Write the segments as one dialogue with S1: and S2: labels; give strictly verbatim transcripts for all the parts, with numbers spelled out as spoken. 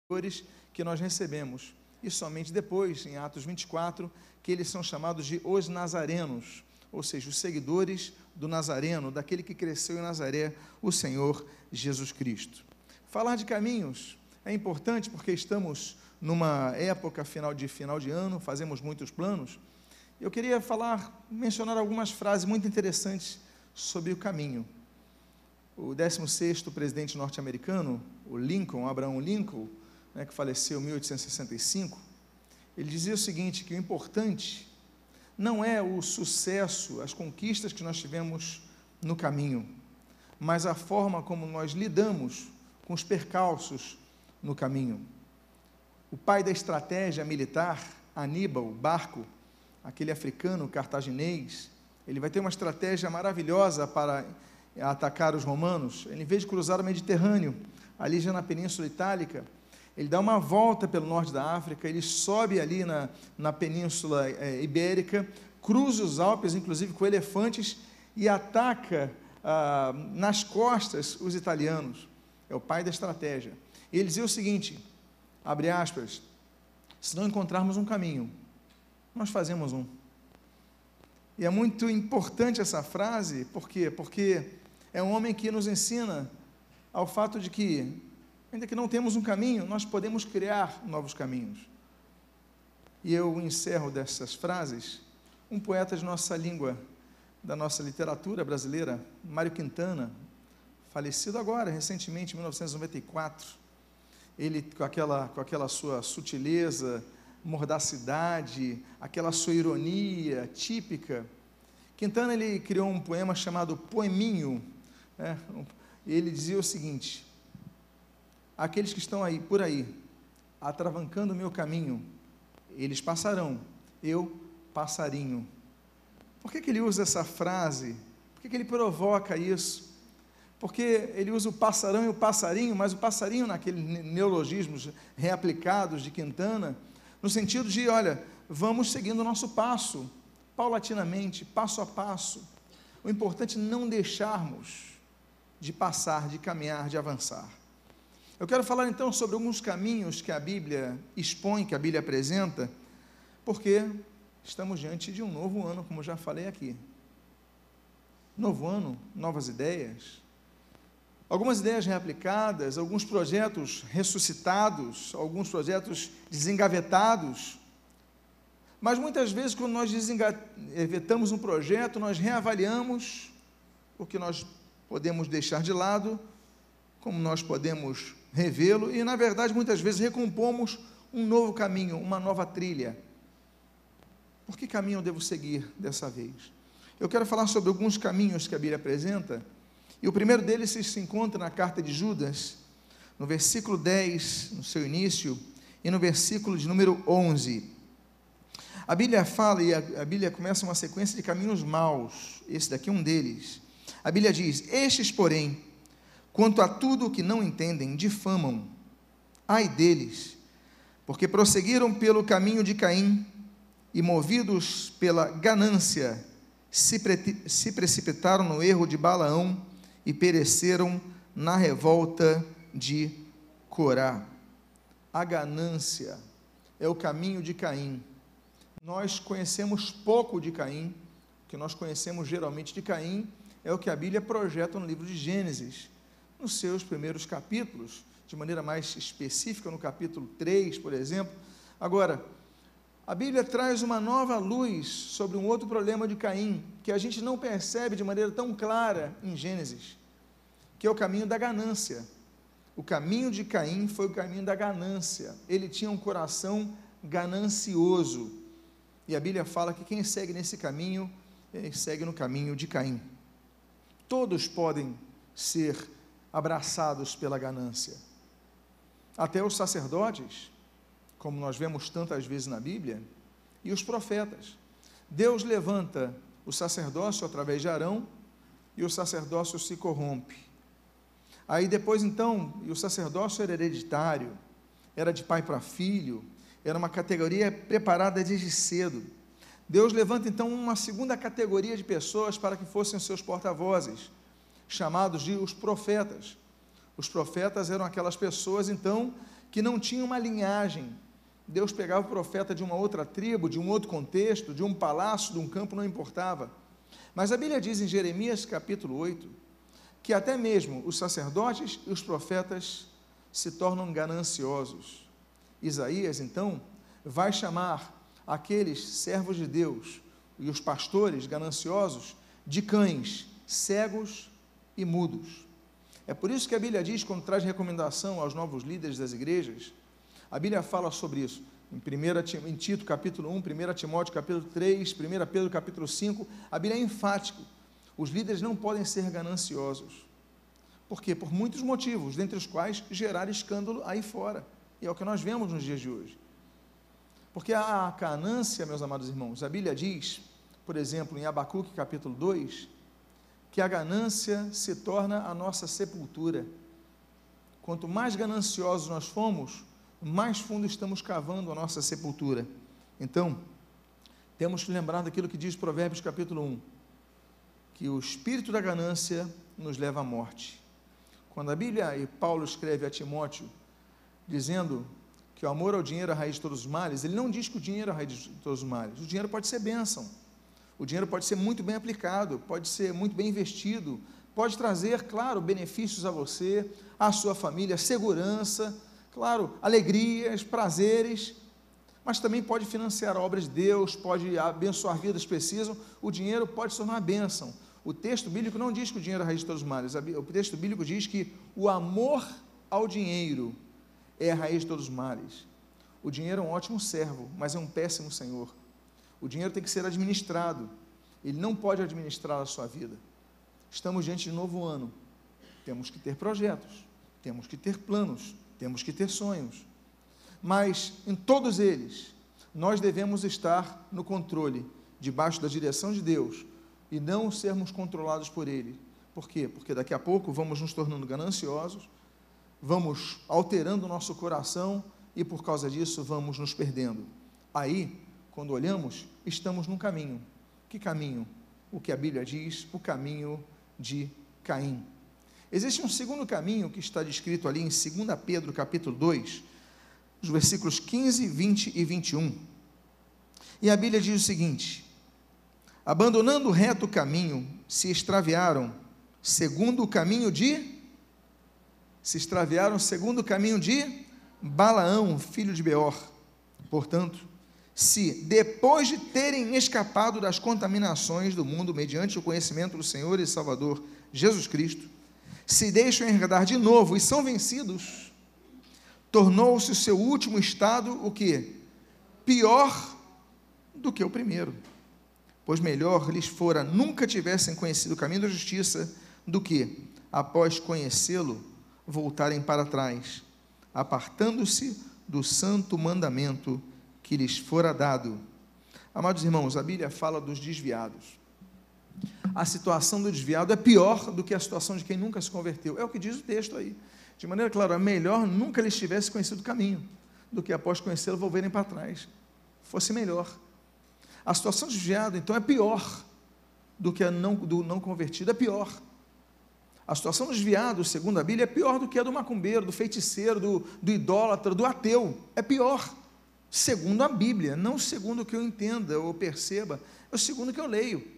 S1: que nós recebemos, e somente depois, em Atos vinte e quatro, que eles são chamados de os nazarenos, ou seja, os seguidores do Nazareno, daquele que cresceu em Nazaré, o Senhor Jesus Cristo. Falar de caminhos é importante porque estamos numa época final de, final de ano, fazemos muitos planos. Eu queria falar, mencionar algumas frases muito interessantes sobre o caminho. O décimo sexto presidente norte-americano, o Lincoln, Abraham Lincoln, né, que faleceu em mil oitocentos e sessenta e cinco, ele dizia o seguinte, que o importante não é o sucesso, as conquistas que nós tivemos no caminho, mas a forma como nós lidamos com os percalços no caminho. O pai da estratégia militar, Aníbal Barco, aquele africano cartaginês, ele vai ter uma estratégia maravilhosa para atacar os romanos. Ele, em vez de cruzar o Mediterrâneo, ali já na Península Itálica, ele dá uma volta pelo norte da África, ele sobe ali na, na Península é, Ibérica, cruza os Alpes, inclusive com elefantes, e ataca ah, nas costas os italianos. É o pai da estratégia. E ele dizia o seguinte, abre aspas, se não encontrarmos um caminho, nós fazemos um. E é muito importante essa frase, por quê? Porque é um homem que nos ensina ao fato de que, ainda que não temos um caminho, nós podemos criar novos caminhos. E eu encerro dessas frases, um poeta de nossa língua, da nossa literatura brasileira, Mário Quintana, falecido agora, recentemente, em mil novecentos e noventa e quatro, ele com aquela, com aquela sua sutileza, mordacidade, aquela sua ironia típica. Quintana, ele criou um poema chamado Poeminho, né? E ele dizia o seguinte, aqueles que estão aí, por aí, atravancando o meu caminho, eles passarão, eu passarinho. Por que que ele usa essa frase? Por que que ele provoca isso? Porque ele usa o passarão e o passarinho, mas o passarinho naqueles neologismos reaplicados de Quintana, no sentido de, olha, vamos seguindo o nosso passo, paulatinamente, passo a passo. O importante é não deixarmos de passar, de caminhar, de avançar. Eu quero falar então sobre alguns caminhos que a Bíblia expõe, que a Bíblia apresenta, porque estamos diante de um novo ano, como já falei aqui. Novo ano, novas ideias, algumas ideias reaplicadas, alguns projetos ressuscitados, alguns projetos desengavetados, mas muitas vezes quando nós desengavetamos um projeto, nós reavaliamos o que nós podemos deixar de lado, como nós podemos revê-lo, e na verdade muitas vezes recompomos um novo caminho, uma nova trilha. Por que caminho eu devo seguir dessa vez? Eu quero falar sobre alguns caminhos que a Bíblia apresenta, e o primeiro deles se encontra na carta de Judas, no versículo dez, no seu início, e no versículo de número onze. A Bíblia fala, e a, a Bíblia começa uma sequência de caminhos maus, esse daqui é um deles. A Bíblia diz, estes, porém, quanto a tudo o que não entendem, difamam, ai deles, porque prosseguiram pelo caminho de Caim, e movidos pela ganância, se, pre, se precipitaram no erro de Balaão, e pereceram na revolta de Corá. A ganância é o caminho de Caim. Nós conhecemos pouco de Caim, o que nós conhecemos geralmente de Caim é o que a Bíblia projeta no livro de Gênesis, nos seus primeiros capítulos, de maneira mais específica no capítulo três, por exemplo. Agora, a Bíblia traz uma nova luz sobre um outro problema de Caim, que a gente não percebe de maneira tão clara em Gênesis, que é o caminho da ganância. O caminho de Caim foi o caminho da ganância. Ele tinha um coração ganancioso. E a Bíblia fala que quem segue nesse caminho, segue no caminho de Caim. Todos podem ser abraçados pela ganância. Até os sacerdotes, como nós vemos tantas vezes na Bíblia, e os profetas. Deus levanta o sacerdócio através de Arão, e o sacerdócio se corrompe. Aí depois então, e o sacerdócio era hereditário, era de pai para filho, era uma categoria preparada desde cedo. Deus levanta então uma segunda categoria de pessoas para que fossem os seus porta-vozes, chamados de os profetas. Os profetas eram aquelas pessoas então que não tinha uma linhagem. Deus pegava o profeta de uma outra tribo, de um outro contexto, de um palácio, de um campo, não importava. Mas a Bíblia diz em Jeremias capítulo oito, que até mesmo os sacerdotes e os profetas se tornam gananciosos. Isaías, então, vai chamar aqueles servos de Deus e os pastores gananciosos de cães, cegos e mudos. É por isso que a Bíblia diz, quando traz recomendação aos novos líderes das igrejas, a Bíblia fala sobre isso, em, primeira, em Tito capítulo um, primeira Timóteo capítulo três, primeira Pedro capítulo cinco, a Bíblia é enfática, os líderes não podem ser gananciosos. Por quê? Por muitos motivos, dentre os quais gerar escândalo aí fora, e é o que nós vemos nos dias de hoje. Porque a ganância, meus amados irmãos, a Bíblia diz, por exemplo, em Abacuque capítulo dois, que a ganância se torna a nossa sepultura. Quanto mais gananciosos nós fomos, mais fundo estamos cavando a nossa sepultura. Então, temos que lembrar daquilo que diz Provérbios capítulo um, que o espírito da ganância nos leva à morte. Quando a Bíblia e Paulo escreve a Timóteo, dizendo que o amor ao dinheiro é a raiz de todos os males, ele não diz que o dinheiro é a raiz de todos os males. O dinheiro pode ser bênção, o dinheiro pode ser muito bem aplicado, pode ser muito bem investido, pode trazer, claro, benefícios a você, à sua família, segurança, claro, alegrias, prazeres, mas também pode financiar obras de Deus, pode abençoar vidas que precisam. O dinheiro pode se tornar uma bênção. O texto bíblico não diz que o dinheiro é a raiz de todos os males, o texto bíblico diz que o amor ao dinheiro é a raiz de todos os males. O dinheiro é um ótimo servo, mas é um péssimo senhor. O dinheiro tem que ser administrado, ele não pode administrar a sua vida. Estamos diante de um novo ano, temos que ter projetos, temos que ter planos, temos que ter sonhos, mas em todos eles, nós devemos estar no controle, debaixo da direção de Deus, e não sermos controlados por Ele. Por quê? Porque daqui a pouco vamos nos tornando gananciosos, vamos alterando o nosso coração, e por causa disso vamos nos perdendo. Aí, quando olhamos, estamos num caminho. Que caminho? O que a Bíblia diz, o caminho de Caim. Existe um segundo caminho que está descrito ali em segunda Pedro capítulo dois, os versículos quinze, vinte e vinte e um. E a Bíblia diz o seguinte: abandonando o reto caminho, se extraviaram segundo o caminho de se extraviaram segundo o caminho de Balaão, filho de Beor. Portanto, se depois de terem escapado das contaminações do mundo mediante o conhecimento do Senhor e Salvador Jesus Cristo, se deixam enredar de novo e são vencidos, tornou-se o seu último estado o quê? Pior do que o primeiro. Pois melhor lhes fora nunca tivessem conhecido o caminho da justiça, do que, após conhecê-lo, voltarem para trás, apartando-se do santo mandamento que lhes fora dado. Amados irmãos, a Bíblia fala dos desviados. A situação do desviado é pior do que a situação de quem nunca se converteu. É o que diz o texto aí. De maneira clara, é melhor nunca lhes tivesse conhecido o caminho, do que após conhecê-lo volverem para trás. Fosse melhor. A situação do desviado, então, é pior do que a não, do não convertido, é pior. A situação do desviado, segundo a Bíblia, é pior do que a do macumbeiro, do feiticeiro, do, do idólatra, do ateu. É pior, segundo a Bíblia, não segundo o que eu entenda ou perceba, é o segundo que eu leio.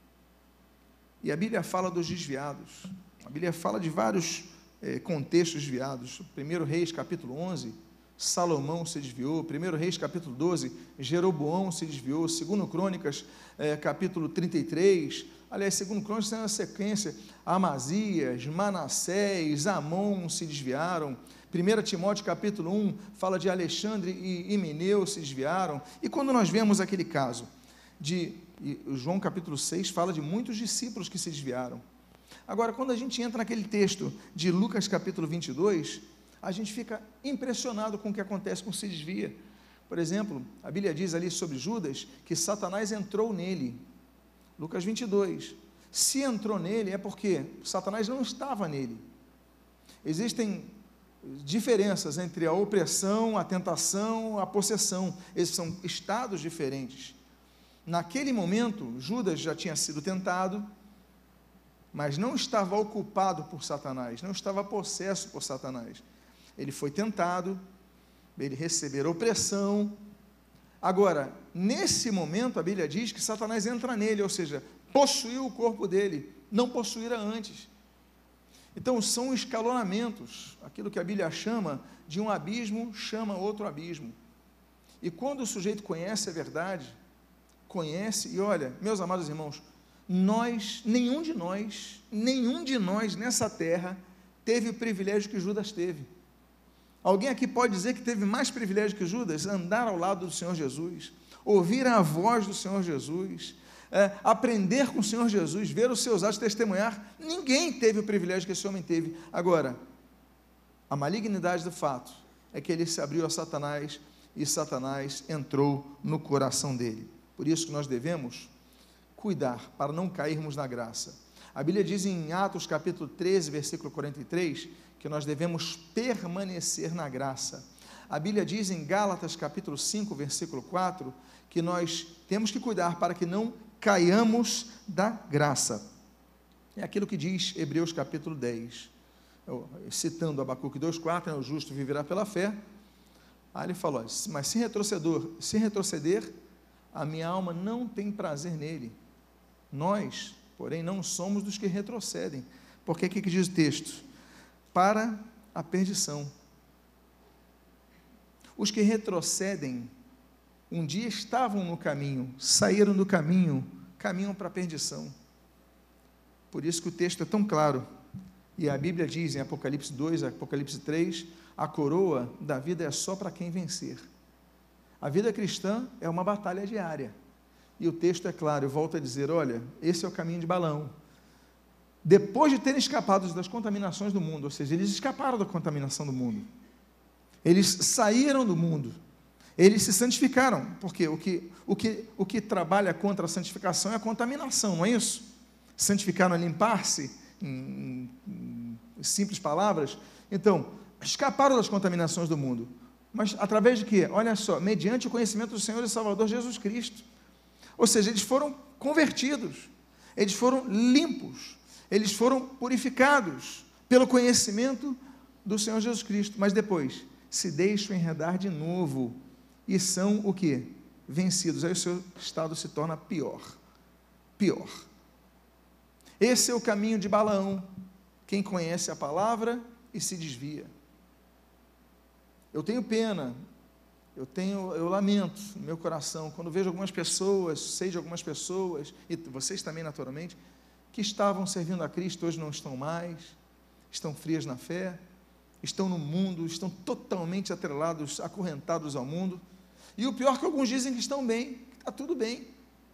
S1: E a Bíblia fala dos desviados. A Bíblia fala de vários eh, contextos desviados. primeiro Reis, capítulo onze, Salomão se desviou. primeiro Reis, capítulo doze, Jeroboão se desviou. segundo Crônicas, eh, capítulo trinta e três, aliás, segundo Crônicas tem uma sequência, Amazias, Manassés, Amon se desviaram. primeiro Timóteo, capítulo um, fala de Alexandre e Himeneu se desviaram. E quando nós vemos aquele caso de e João capítulo seis fala de muitos discípulos que se desviaram. Agora, quando a gente entra naquele texto de Lucas capítulo vinte e dois, a gente fica impressionado com o que acontece com se desvia. Por exemplo, a Bíblia diz ali sobre Judas, que Satanás entrou nele. Lucas vinte e dois, se entrou nele é porque Satanás não estava nele. Existem diferenças entre a opressão, a tentação, a possessão. Esses são estados diferentes. Naquele momento, Judas já tinha sido tentado, mas não estava ocupado por Satanás, não estava possesso por Satanás. Ele foi tentado, ele receber opressão. Agora, nesse momento, a Bíblia diz que Satanás entra nele, ou seja, possuiu o corpo dele, não possuíra antes. Então, são escalonamentos, aquilo que a Bíblia chama de um abismo, chama outro abismo. E quando o sujeito conhece a verdade, conhece, e olha, meus amados irmãos, nós, nenhum de nós, nenhum de nós nessa terra teve o privilégio que Judas teve. Alguém aqui pode dizer que teve mais privilégio que Judas? Andar ao lado do Senhor Jesus, ouvir a voz do Senhor Jesus, é, aprender com o Senhor Jesus, ver os seus atos, testemunhar. Ninguém teve o privilégio que esse homem teve. Agora, a malignidade do fato é que ele se abriu a Satanás e Satanás entrou no coração dele. Por isso que nós devemos cuidar para não cairmos na graça. A Bíblia diz em Atos capítulo treze, versículo quarenta e três, que nós devemos permanecer na graça. A Bíblia diz em Gálatas capítulo cinco, versículo quatro, que nós temos que cuidar para que não caiamos da graça. É aquilo que diz Hebreus capítulo dez, citando Abacuque dois, quatro, né, o justo viverá pela fé. Aí ele falou, mas se retroceder, se retroceder, a minha alma não tem prazer nele. Nós, porém, não somos dos que retrocedem. Porque o que diz o texto? Para a perdição. Os que retrocedem, um dia estavam no caminho, saíram do caminho, caminham para a perdição. Por isso que o texto é tão claro. E a Bíblia diz em Apocalipse dois, Apocalipse três, a coroa da vida é só para quem vencer. A vida cristã é uma batalha diária. E o texto é claro, eu volto a dizer, olha, esse é o caminho de Balaão. Depois de terem escapado das contaminações do mundo, ou seja, eles escaparam da contaminação do mundo. Eles saíram do mundo. Eles se santificaram, porque o que, o que, o que trabalha contra a santificação é a contaminação, não é isso? Santificaram é limpar-se, em, em simples palavras. Então, escaparam das contaminações do mundo. Mas através de quê? Olha só, mediante o conhecimento do Senhor e Salvador Jesus Cristo. Ou seja, eles foram convertidos, eles foram limpos, eles foram purificados pelo conhecimento do Senhor Jesus Cristo. Mas depois, se deixam enredar de novo e são o quê? Vencidos. Aí o seu estado se torna pior. Pior. Esse é o caminho de Balaão. Quem conhece a palavra e se desvia. Eu tenho pena, eu tenho, eu lamento no meu coração, quando vejo algumas pessoas, sei de algumas pessoas, e vocês também naturalmente, que estavam servindo a Cristo, hoje não estão mais, estão frias na fé, estão no mundo, estão totalmente atrelados, acorrentados ao mundo, e o pior é que alguns dizem que estão bem, que está tudo bem,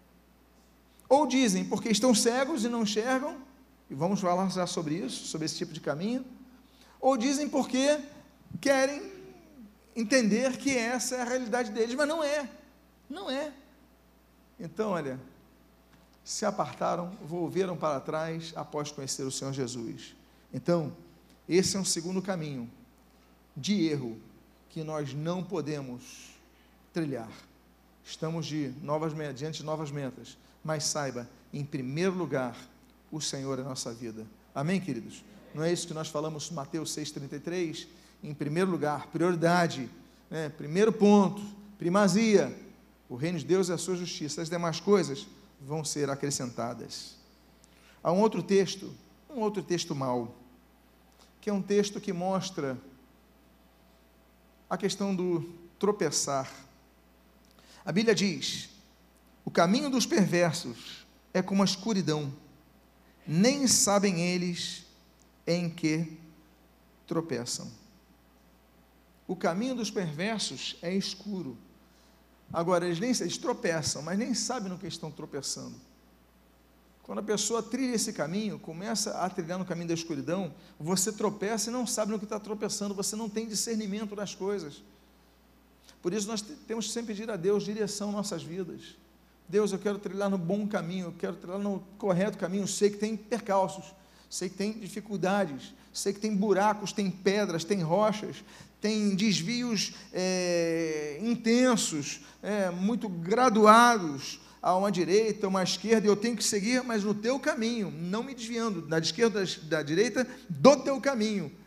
S1: ou dizem porque estão cegos e não enxergam, e vamos falar já sobre isso, sobre esse tipo de caminho, ou dizem porque querem entender que essa é a realidade deles, mas não é, não é. Então, olha, se apartaram, volveram para trás após conhecer o Senhor Jesus. Então, esse é um segundo caminho de erro que nós não podemos trilhar. Estamos de novas, diante de novas metas, mas saiba, em primeiro lugar, o Senhor é a nossa vida. Amém, queridos? Não é isso que nós falamos em Mateus seis, trinta e três? Em primeiro lugar, prioridade, né? Primeiro ponto, primazia, o reino de Deus é a sua justiça, as demais coisas vão ser acrescentadas. Há um outro texto, um outro texto mau, que é um texto que mostra a questão do tropeçar. A Bíblia diz, o caminho dos perversos é como a escuridão, nem sabem eles em que tropeçam. O caminho dos perversos é escuro. Agora, eles, nem, eles tropeçam, mas nem sabem no que estão tropeçando. Quando a pessoa trilha esse caminho, começa a trilhar no caminho da escuridão, você tropeça e não sabe no que está tropeçando, você não tem discernimento das coisas. Por isso nós temos que sempre pedir a Deus direção em nossas vidas. Deus, eu quero trilhar no bom caminho, eu quero trilhar no correto caminho, eu sei que tem percalços, sei que tem dificuldades, sei que tem buracos, tem pedras, tem rochas, tem desvios é, intensos, é, muito graduados, a uma direita, a uma esquerda, eu tenho que seguir, mas no teu caminho, não me desviando, da esquerda, da direita, do teu caminho,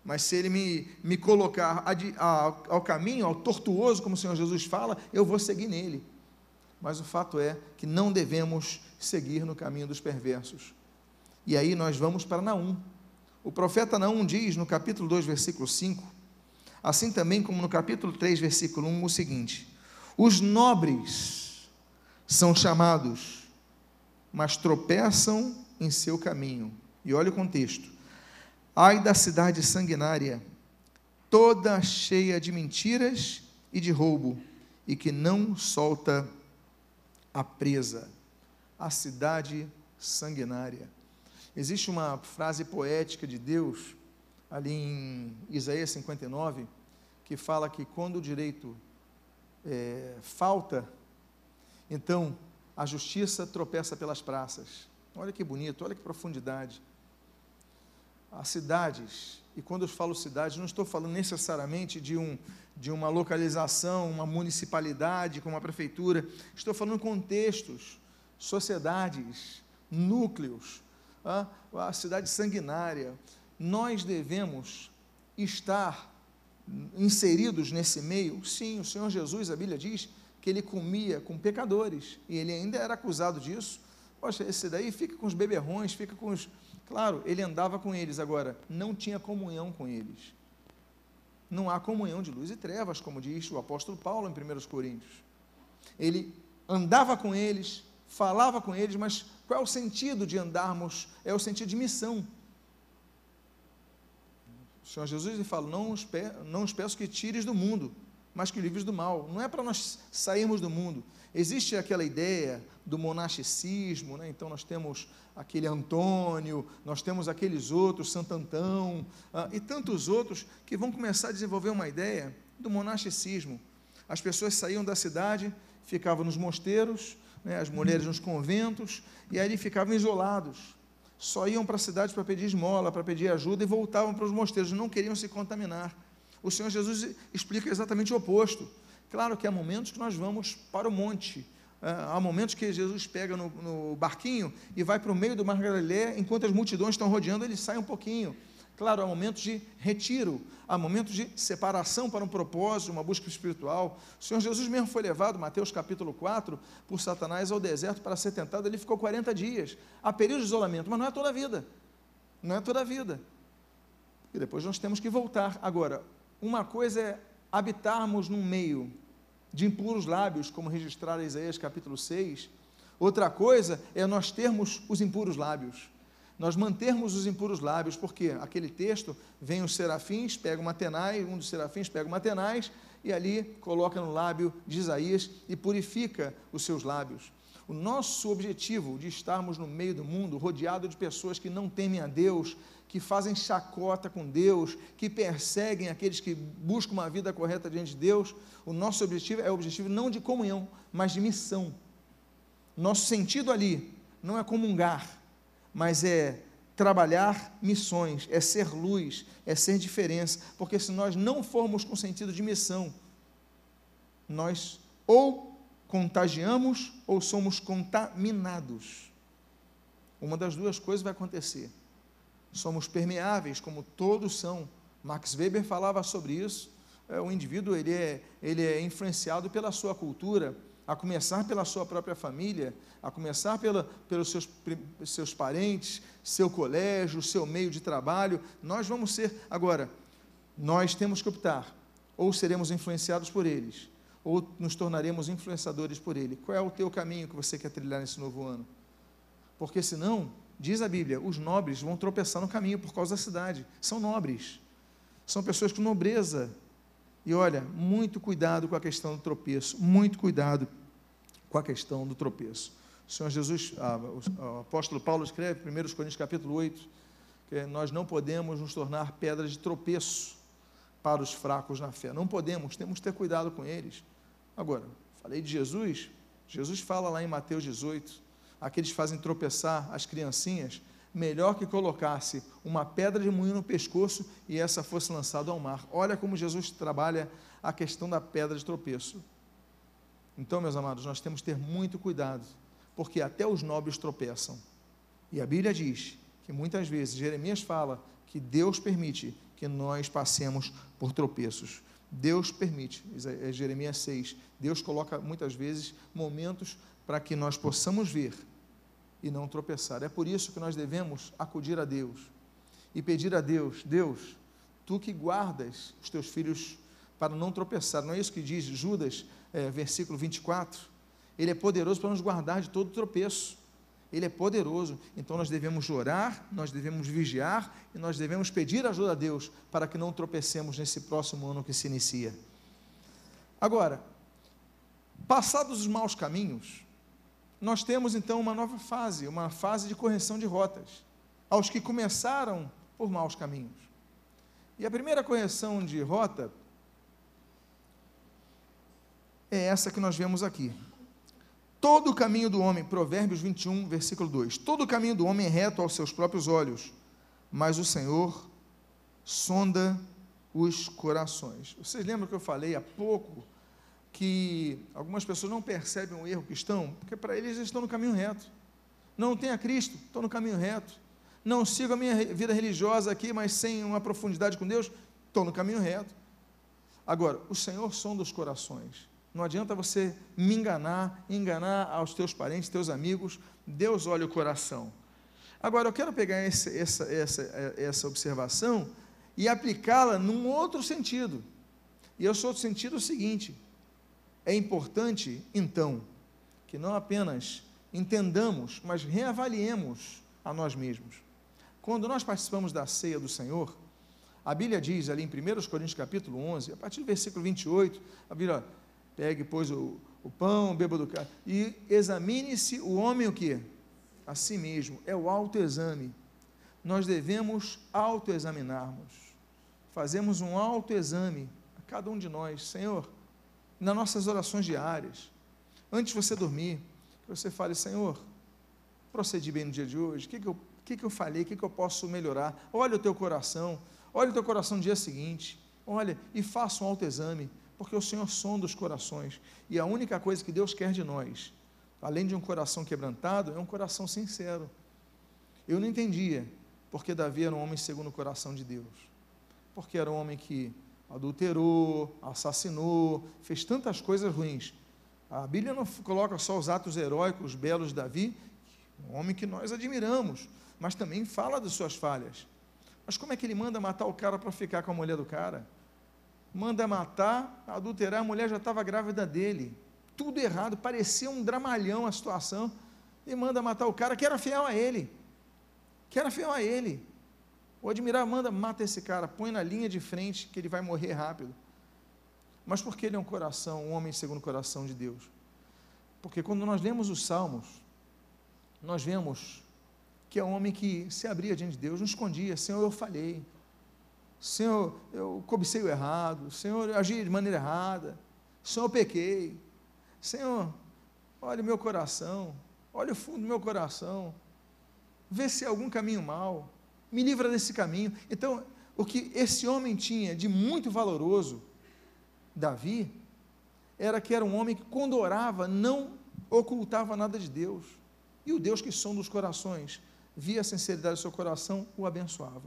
S1: mas se ele me, me colocar adi, a, ao caminho, ao tortuoso, como o Senhor Jesus fala, eu vou seguir nele. Mas o fato é que não devemos seguir no caminho dos perversos. E aí nós vamos para Naum. O profeta Naum diz no capítulo dois, versículo cinco, assim também como no capítulo três, versículo um, o seguinte: os nobres são chamados, mas tropeçam em seu caminho. E olha o contexto: ai da cidade sanguinária, toda cheia de mentiras e de roubo, e que não solta a presa. A cidade sanguinária. Existe uma frase poética de Deus, ali em Isaías cinquenta e nove, que fala que quando o direito é, falta, então a justiça tropeça pelas praças. Olha que bonito, olha que profundidade. As cidades, e quando eu falo cidades, não estou falando necessariamente de, um, de uma localização, uma municipalidade, como a prefeitura, estou falando contextos, sociedades, núcleos, a, a cidade sanguinária. Nós devemos estar inseridos nesse meio. Sim, o Senhor Jesus, a Bíblia diz que ele comia com pecadores, e ele ainda era acusado disso. Poxa, esse daí fica com os beberrões, fica com os... Claro, ele andava com eles, agora, não tinha comunhão com eles. Não há comunhão de luz e trevas, como diz o apóstolo Paulo em primeira Coríntios. Ele andava com eles, falava com eles, mas qual é o sentido de andarmos? É o sentido de missão. O Senhor Jesus ele fala, não os, pe não os peço que tires do mundo, mas que livres do mal. Não é para nós sairmos do mundo. Existe aquela ideia do monasticismo, né? Então nós temos aquele Antônio, nós temos aqueles outros, Santo Antão, ah, e tantos outros que vão começar a desenvolver uma ideia do monasticismo. As pessoas saíam da cidade, ficavam nos mosteiros, né, as mulheres nos conventos, e aí ficavam isolados. Só iam para a cidade para pedir esmola, para pedir ajuda, e voltavam para os mosteiros, não queriam se contaminar. O Senhor Jesus explica exatamente o oposto. Claro que há momentos que nós vamos para o monte, há momentos que Jesus pega no, no barquinho e vai para o meio do Mar Galileia, enquanto as multidões estão rodeando, ele sai um pouquinho. Claro, há momentos de retiro, há momentos de separação para um propósito, uma busca espiritual. O Senhor Jesus mesmo foi levado, Mateus capítulo quatro, por Satanás ao deserto para ser tentado, ele ficou quarenta dias, há período de isolamento, mas não é toda a vida, não é toda a vida, e depois nós temos que voltar. Agora, uma coisa é habitarmos num meio de impuros lábios, como registrar em Isaías capítulo seis, outra coisa é nós termos os impuros lábios, nós mantermos os impuros lábios, porque aquele texto, vem os serafins, pega uma tenaz, um dos serafins pega uma tenaz, e ali coloca no lábio de Isaías, e purifica os seus lábios. O nosso objetivo de estarmos no meio do mundo, rodeado de pessoas que não temem a Deus, que fazem chacota com Deus, que perseguem aqueles que buscam uma vida correta diante de Deus, o nosso objetivo é o objetivo não de comunhão, mas de missão. Nosso sentido ali não é comungar, mas é trabalhar missões, é ser luz, é ser diferença, porque se nós não formos com sentido de missão, nós ou contagiamos ou somos contaminados. Uma das duas coisas vai acontecer. Somos permeáveis, como todos são. Max Weber falava sobre isso. É, o indivíduo ele é, ele é influenciado pela sua cultura, a começar pela sua própria família, a começar pela, pelos seus, seus parentes, seu colégio, seu meio de trabalho. Nós vamos ser, agora, nós temos que optar, ou seremos influenciados por eles, ou nos tornaremos influenciadores por ele. Qual é o teu caminho que você quer trilhar nesse novo ano? Porque senão, diz a Bíblia, os nobres vão tropeçar no caminho por causa da cidade. São nobres, são pessoas com nobreza. E olha, muito cuidado com a questão do tropeço, muito cuidado com a questão do tropeço. O Senhor Jesus, ah, o apóstolo Paulo escreve, primeira Coríntios capítulo oito, que nós não podemos nos tornar pedras de tropeço para os fracos na fé. Não podemos, temos que ter cuidado com eles. Agora, falei de Jesus, Jesus fala lá em Mateus dezoito, aqueles que fazem tropeçar as criancinhas, melhor que colocasse uma pedra de moinho no pescoço e essa fosse lançada ao mar. Olha como Jesus trabalha a questão da pedra de tropeço. Então, meus amados, nós temos que ter muito cuidado, porque até os nobres tropeçam. E a Bíblia diz que muitas vezes, Jeremias fala que Deus permite que que nós passemos por tropeços. Deus permite, é Jeremias seis, Deus coloca muitas vezes momentos para que nós possamos ver e não tropeçar. É por isso que nós devemos acudir a Deus e pedir a Deus: Deus, tu que guardas os teus filhos para não tropeçar. Não é isso que diz Judas, é, versículo vinte e quatro? Ele é poderoso para nos guardar de todo tropeço. Ele é poderoso. Então nós devemos orar, nós devemos vigiar e nós devemos pedir ajuda a Deus para que não tropecemos nesse próximo ano que se inicia. Agora, passados os maus caminhos, nós temos então uma nova fase, uma fase de correção de rotas, aos que começaram por maus caminhos. E a primeira correção de rota é essa que nós vemos aqui. Todo o caminho do homem, Provérbios vinte e um, versículo dois, todo o caminho do homem é reto aos seus próprios olhos, mas o Senhor sonda os corações. Vocês lembram que eu falei há pouco que algumas pessoas não percebem o erro que estão, porque para eles eles estão no caminho reto. Não tem a Cristo, estão no caminho reto. Não sigo a minha vida religiosa aqui, mas sem uma profundidade com Deus, estou no caminho reto. Agora, o Senhor sonda os corações. Não adianta você me enganar, enganar aos teus parentes, teus amigos. Deus olha o coração. Agora, eu quero pegar esse, essa, essa, essa observação e aplicá-la num outro sentido. E esse outro sentido é o seguinte: é importante, então, que não apenas entendamos, mas reavaliemos a nós mesmos. Quando nós participamos da ceia do Senhor, a Bíblia diz ali em primeira Coríntios capítulo onze, a partir do versículo vinte e oito, a Bíblia, ó, pegue, pois, o, o pão, beba do cálice, e examine-se o homem o quê? A si mesmo, é o autoexame. Nós devemos autoexaminarmos, fazemos um autoexame, a cada um de nós, Senhor, nas nossas orações diárias, antes de você dormir, que você fale: Senhor, procedi bem no dia de hoje, o que, que, eu, que, que eu falei, o que, que eu posso melhorar? Olha o teu coração, olha o teu coração no dia seguinte, olha, e faça um autoexame, porque o Senhor sonda os corações, e a única coisa que Deus quer de nós, além de um coração quebrantado, é um coração sincero. Eu não entendia porque Davi era um homem segundo o coração de Deus, porque era um homem que adulterou, assassinou, fez tantas coisas ruins. A Bíblia não coloca só os atos heróicos, belos de Davi, um homem que nós admiramos, mas também fala das suas falhas. Mas como é que ele manda matar o cara para ficar com a mulher do cara? Manda matar, adulterar, a mulher já estava grávida dele, tudo errado, parecia um dramalhão a situação, e manda matar o cara que era fiel a ele, que era fiel a ele. O admirar, manda, mata esse cara, põe na linha de frente, que ele vai morrer rápido. Mas porque ele é um coração, um homem segundo o coração de Deus? Porque quando nós lemos os Salmos, nós vemos que é um homem que se abria diante de Deus, não escondia: Senhor, eu falhei, Senhor, eu cobicei o errado, Senhor, eu agi de maneira errada, Senhor, eu pequei, Senhor, olha o meu coração, olha o fundo do meu coração, vê se há algum caminho mau, me livra desse caminho. Então, o que esse homem tinha de muito valoroso, Davi, era que era um homem que, quando orava, não ocultava nada de Deus, e o Deus que sonda os corações, via a sinceridade do seu coração, o abençoava.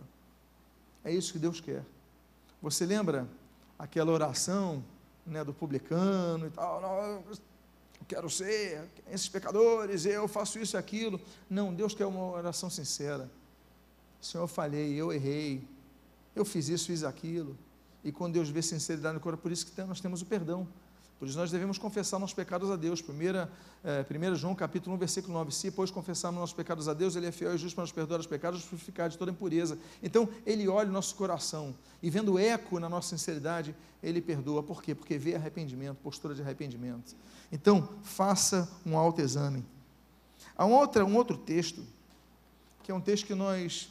S1: É isso que Deus quer. Você lembra aquela oração, né, do publicano e tal? Não, eu quero ser esses pecadores, eu faço isso e aquilo. Não, Deus quer uma oração sincera. Senhor, eu falhei, eu errei, eu fiz isso, fiz aquilo. E quando Deus vê sinceridade no coração, por isso que nós temos o perdão. Por isso nós devemos confessar nossos pecados a Deus. Primeira, é, primeira João capítulo um, versículo nove, se pois confessarmos nossos pecados a Deus, Ele é fiel e justo para nos perdoar os pecados e purificar de toda impureza. Então, Ele olha o nosso coração, e vendo eco na nossa sinceridade, Ele perdoa. Por quê? Porque vê arrependimento, postura de arrependimento. Então, faça um autoexame. Há um, outra, um outro texto, que é um texto que nós,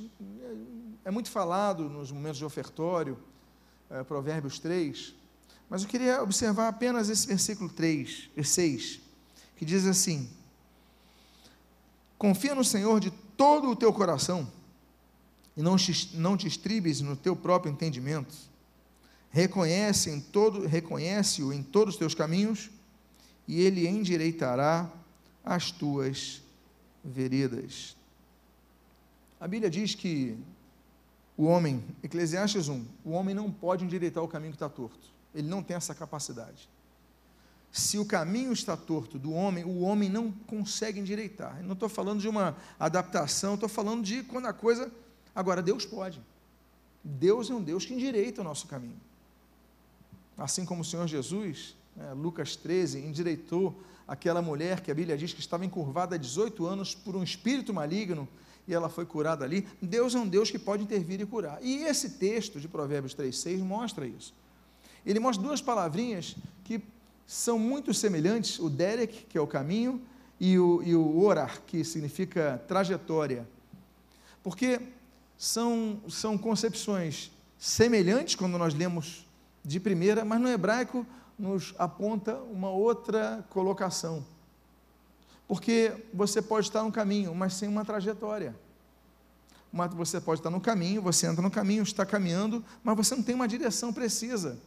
S1: é muito falado nos momentos de ofertório, é, Provérbios três, mas eu queria observar apenas esse versículo três, seis, que diz assim: confia no Senhor de todo o teu coração, e não te, não te estribes no teu próprio entendimento, reconhece em todo, reconhece-o em todos os teus caminhos, e Ele endireitará as tuas veredas. A Bíblia diz que O homem, Eclesiastes um, o homem não pode endireitar o caminho que está torto, ele não tem essa capacidade. Se o caminho está torto do homem, o homem não consegue endireitar. Eu não estou falando de uma adaptação, estou falando de quando a coisa... Agora, Deus pode. Deus é um Deus que endireita o nosso caminho. Assim como o Senhor Jesus, né, Lucas treze, endireitou aquela mulher que a Bíblia diz que estava encurvada há dezoito anos por um espírito maligno, e ela foi curada ali. Deus é um Deus que pode intervir e curar. E esse texto de Provérbios três, seis mostra isso. Ele mostra duas palavrinhas que são muito semelhantes, o derek, que é o caminho, e o, e o orar, que significa trajetória. Porque são, são concepções semelhantes quando nós lemos de primeira, mas no hebraico nos aponta uma outra colocação. Porque você pode estar no caminho, mas sem uma trajetória. Uma, você pode estar no caminho, você entra no caminho, está caminhando, mas você não tem uma direção precisa.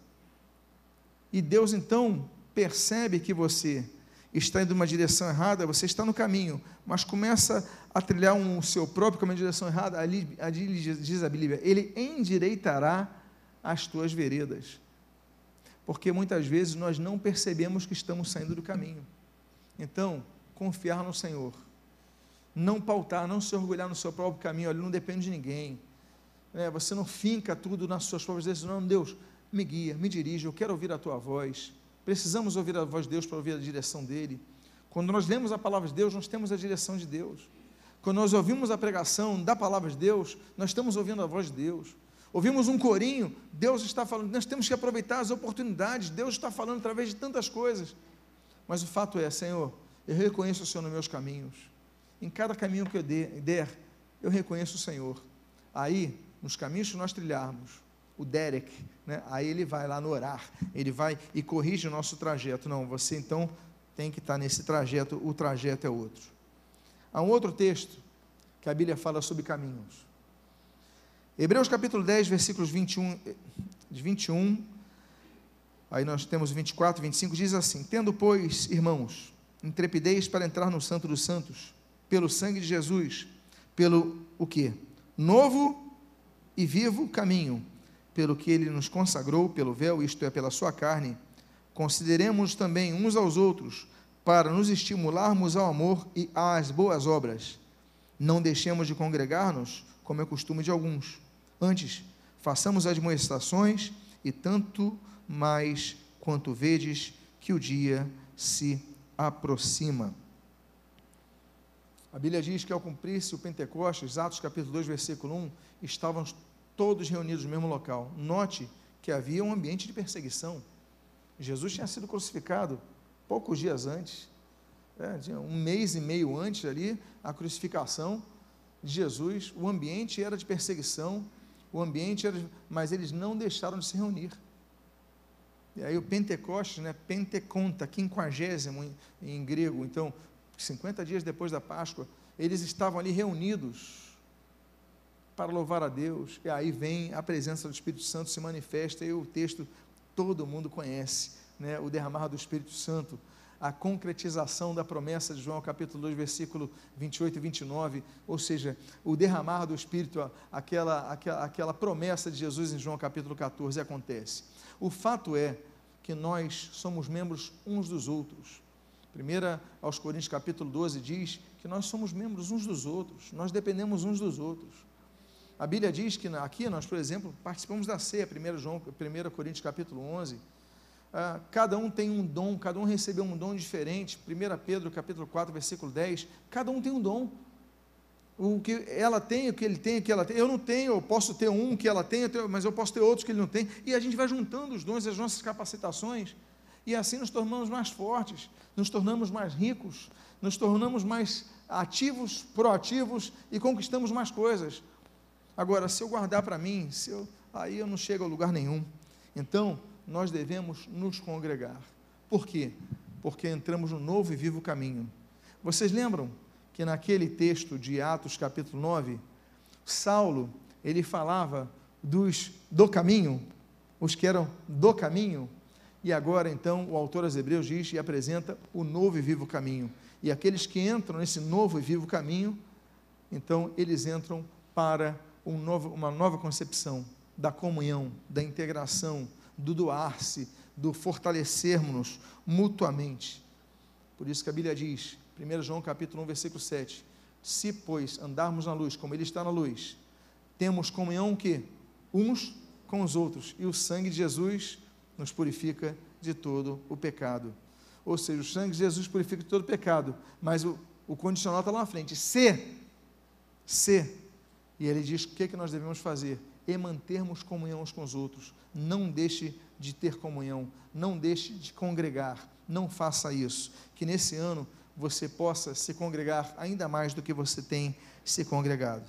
S1: E Deus, então, percebe que você está indo numa direção errada, você está no caminho, mas começa a trilhar um seu próprio caminho de direção errada, ali, ali diz a Bíblia, ele endireitará as tuas veredas. Porque muitas vezes nós não percebemos que estamos saindo do caminho. Então, confiar no Senhor, não pautar, não se orgulhar no seu próprio caminho, olha, não depende de ninguém, é, você não finca tudo nas suas próprias decisões, não, Deus, me guia, me dirige, eu quero ouvir a tua voz. Precisamos ouvir a voz de Deus para ouvir a direção dele. Quando nós lemos a palavra de Deus, nós temos a direção de Deus. Quando nós ouvimos a pregação da palavra de Deus, nós estamos ouvindo a voz de Deus. Ouvimos um corinho, Deus está falando, nós temos que aproveitar as oportunidades, Deus está falando através de tantas coisas. Mas o fato é, Senhor, eu reconheço o Senhor nos meus caminhos. Em cada caminho que eu der, eu reconheço o Senhor. Aí, nos caminhos que nós trilharmos, o Derek, né? Aí ele vai lá no orar, ele vai e corrige o nosso trajeto. Não, você então tem que estar nesse trajeto, o trajeto é outro. Há um outro texto que a Bíblia fala sobre caminhos. Hebreus capítulo dez, versículos vinte e um, vinte e um, aí nós temos vinte e quatro, vinte e cinco, diz assim: tendo, pois, irmãos, intrepidez para entrar no Santo dos Santos, pelo sangue de Jesus, pelo o quê? Novo e vivo caminho, pelo que ele nos consagrou, pelo véu, isto é, pela sua carne. Consideremos também uns aos outros, para nos estimularmos ao amor e às boas obras. Não deixemos de congregar-nos, como é costume de alguns. Antes, façamos admoestações, e tanto mais quanto vedes que o dia se aproxima. A Bíblia diz que ao cumprir-se o Pentecostes, Atos capítulo dois, versículo um, estavam todos reunidos no mesmo local. Note que havia um ambiente de perseguição. Jesus tinha sido crucificado poucos dias antes, é, um mês e meio antes ali, a crucificação de Jesus. O ambiente era de perseguição, o ambiente era de, mas eles não deixaram de se reunir. E aí o Pentecostes, né, Penteconta, quinquagésimo em, em grego, então, cinquenta dias depois da Páscoa, eles estavam ali reunidos para louvar a Deus, e aí vem a presença do Espírito Santo, se manifesta, e o texto todo mundo conhece, né, o derramar do Espírito Santo, a concretização da promessa de João capítulo dois, versículo vinte e oito e vinte e nove, ou seja, o derramar do Espírito, aquela, aquela, aquela promessa de Jesus em João capítulo catorze acontece. O fato é que nós somos membros uns dos outros. Primeira aos Coríntios capítulo doze diz que nós somos membros uns dos outros, nós dependemos uns dos outros. A Bíblia diz que aqui nós, por exemplo, participamos da ceia, primeira Coríntios capítulo onze, ah, cada um tem um dom, cada um recebeu um dom diferente. Primeira Pedro capítulo quatro, versículo dez, cada um tem um dom, o que ela tem, o que ele tem, o que ela tem, eu não tenho, eu posso ter um que ela tem, mas eu posso ter outros que ele não tem, e a gente vai juntando os dons, as nossas capacitações, e assim nos tornamos mais fortes, nos tornamos mais ricos, nos tornamos mais ativos, proativos, e conquistamos mais coisas. Agora, se eu guardar para mim, se eu, aí eu não chego a lugar nenhum. Então, nós devemos nos congregar. Por quê? Porque entramos no novo e vivo caminho. Vocês lembram que naquele texto de Atos capítulo nove, Saulo, ele falava dos do caminho, os que eram do caminho, e agora então o autor aos Hebreus diz e apresenta o novo e vivo caminho. E aqueles que entram nesse novo e vivo caminho, então eles entram para um novo, uma nova concepção da comunhão, da integração, do doar-se, do fortalecermos-nos mutuamente. Por isso que a Bíblia diz, primeiro João capítulo um, versículo sete, se, pois, andarmos na luz, como Ele está na luz, temos comunhão o quê? Uns com os outros, e o sangue de Jesus nos purifica de todo o pecado. Ou seja, o sangue de Jesus purifica de todo o pecado, mas o, o condicional está lá na frente, se, se, e Ele diz o que, que nós devemos fazer, e mantermos comunhão uns com os outros. Não deixe de ter comunhão, não deixe de congregar, não faça isso, que nesse ano você possa se congregar ainda mais do que você tem se congregado.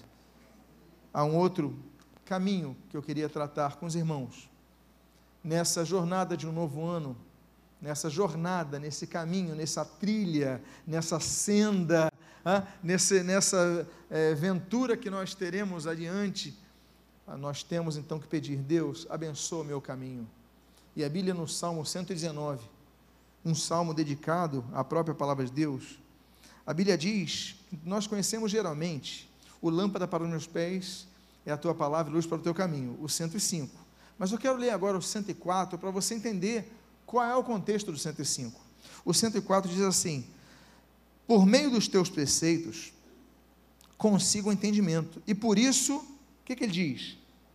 S1: Há um outro caminho que eu queria tratar com os irmãos, nessa jornada de um novo ano, nessa jornada, nesse caminho, nessa trilha, nessa senda, ah, nesse, nessa é, ventura que nós teremos adiante, ah, nós temos então que pedir, Deus, abençoa o meu caminho. E a Bíblia no Salmo cento e dezenove, um salmo dedicado à própria palavra de Deus, a Bíblia diz, nós conhecemos geralmente, o lâmpada para os meus pés é a tua palavra e luz para o teu caminho, o cento e cinco, mas eu quero ler agora o cento e quatro, para você entender qual é o contexto do cento e cinco, o cento e quatro diz assim, por meio dos teus preceitos, consigo o entendimento, e por isso, o que, que ele diz?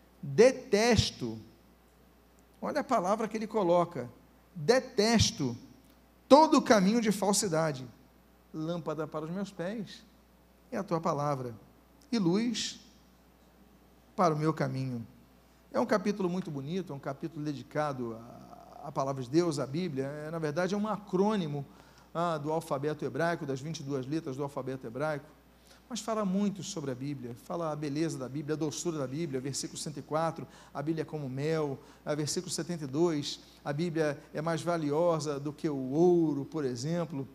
S1: Detesto, olha a palavra que ele coloca, detesto todo o caminho de falsidade, lâmpada para os meus pés é a tua palavra, e luz para o meu caminho. É um capítulo muito bonito, é um capítulo dedicado à, à palavra de Deus, à Bíblia, é, na verdade é um acrônimo ah, do alfabeto hebraico, das vinte e duas letras do alfabeto hebraico, mas fala muito sobre a Bíblia, fala a beleza da Bíblia, a doçura da Bíblia, versículo cento e quatro, a Bíblia é como mel, a versículo setenta e dois, a Bíblia é mais valiosa do que o ouro, por exemplo,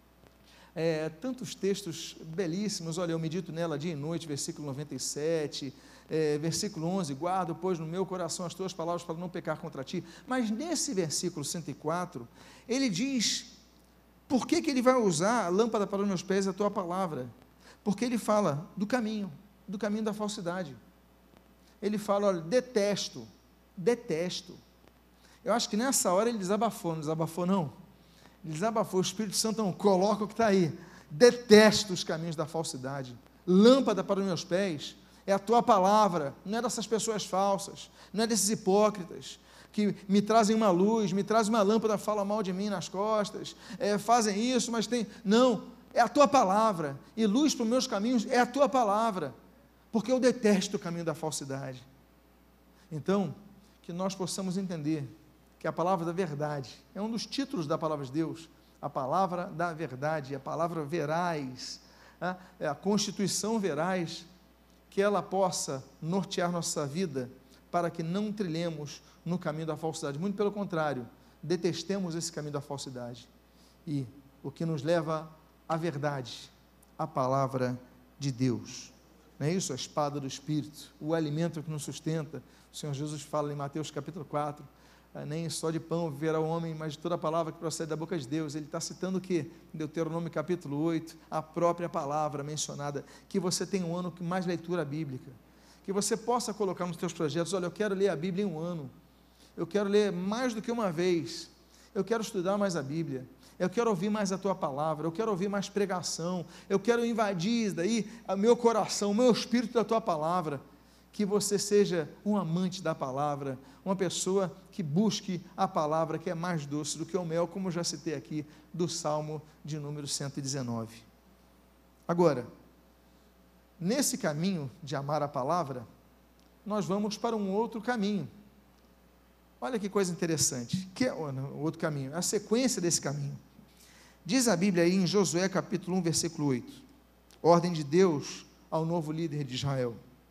S1: é, tantos textos belíssimos, olha, eu medito nela dia e noite, versículo noventa e sete, é, versículo onze, guardo, pois, no meu coração as tuas palavras para não pecar contra ti, mas nesse versículo cento e quatro, ele diz, por que que ele vai usar a lâmpada para os meus pés, a tua palavra? Porque ele fala do caminho, do caminho da falsidade, ele fala, olha, detesto, detesto, eu acho que nessa hora ele desabafou, não desabafou não? Ele desabafou, o Espírito Santo não, coloca o que está aí, detesto os caminhos da falsidade, lâmpada para os meus pés, é a tua palavra, não é dessas pessoas falsas, não é desses hipócritas, que me trazem uma luz, me trazem uma lâmpada, falam mal de mim nas costas, é, fazem isso, mas tem, não, é a tua palavra, e luz para os meus caminhos é a tua palavra, porque eu detesto o caminho da falsidade. Então, que nós possamos entender que a palavra da verdade, é um dos títulos da palavra de Deus, a palavra da verdade, a palavra veraz, a, a constituição veraz, que ela possa nortear nossa vida, para que não trilhemos no caminho da falsidade, muito pelo contrário, detestemos esse caminho da falsidade, e o que nos leva à verdade, a palavra de Deus, não é isso? A espada do Espírito, o alimento que nos sustenta, o Senhor Jesus fala em Mateus capítulo quatro, nem só de pão viverá o homem, mas de toda a palavra que procede da boca de Deus. Ele está citando o quê? Deuteronômio capítulo oito, a própria palavra mencionada, que você tenha um ano com mais leitura bíblica, que você possa colocar nos seus projetos, olha, eu quero ler a Bíblia em um ano, eu quero ler mais do que uma vez, eu quero estudar mais a Bíblia, eu quero ouvir mais a tua palavra, eu quero ouvir mais pregação, eu quero invadir daí o meu coração, o meu espírito da tua palavra, que você seja um amante da palavra, uma pessoa que busque a palavra que é mais doce do que o mel, como eu já citei aqui, do Salmo de número cento e dezenove. Agora, nesse caminho de amar a palavra, nós vamos para um outro caminho. Olha que coisa interessante, que é o outro caminho, a sequência desse caminho. Diz a Bíblia aí em Josué capítulo um, versículo oito, ordem de Deus ao novo líder de Israel: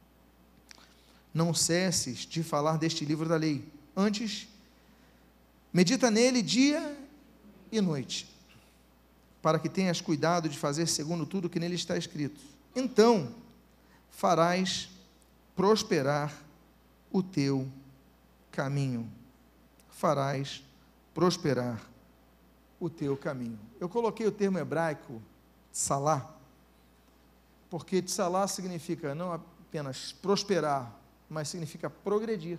S1: não cesses de falar deste livro da lei, antes, medita nele dia e noite, para que tenhas cuidado de fazer segundo tudo que nele está escrito, então farás prosperar o teu caminho, farás prosperar o teu caminho. Eu coloquei o termo hebraico, tsalá, porque tsalá significa não, apenas prosperar, mas significa progredir.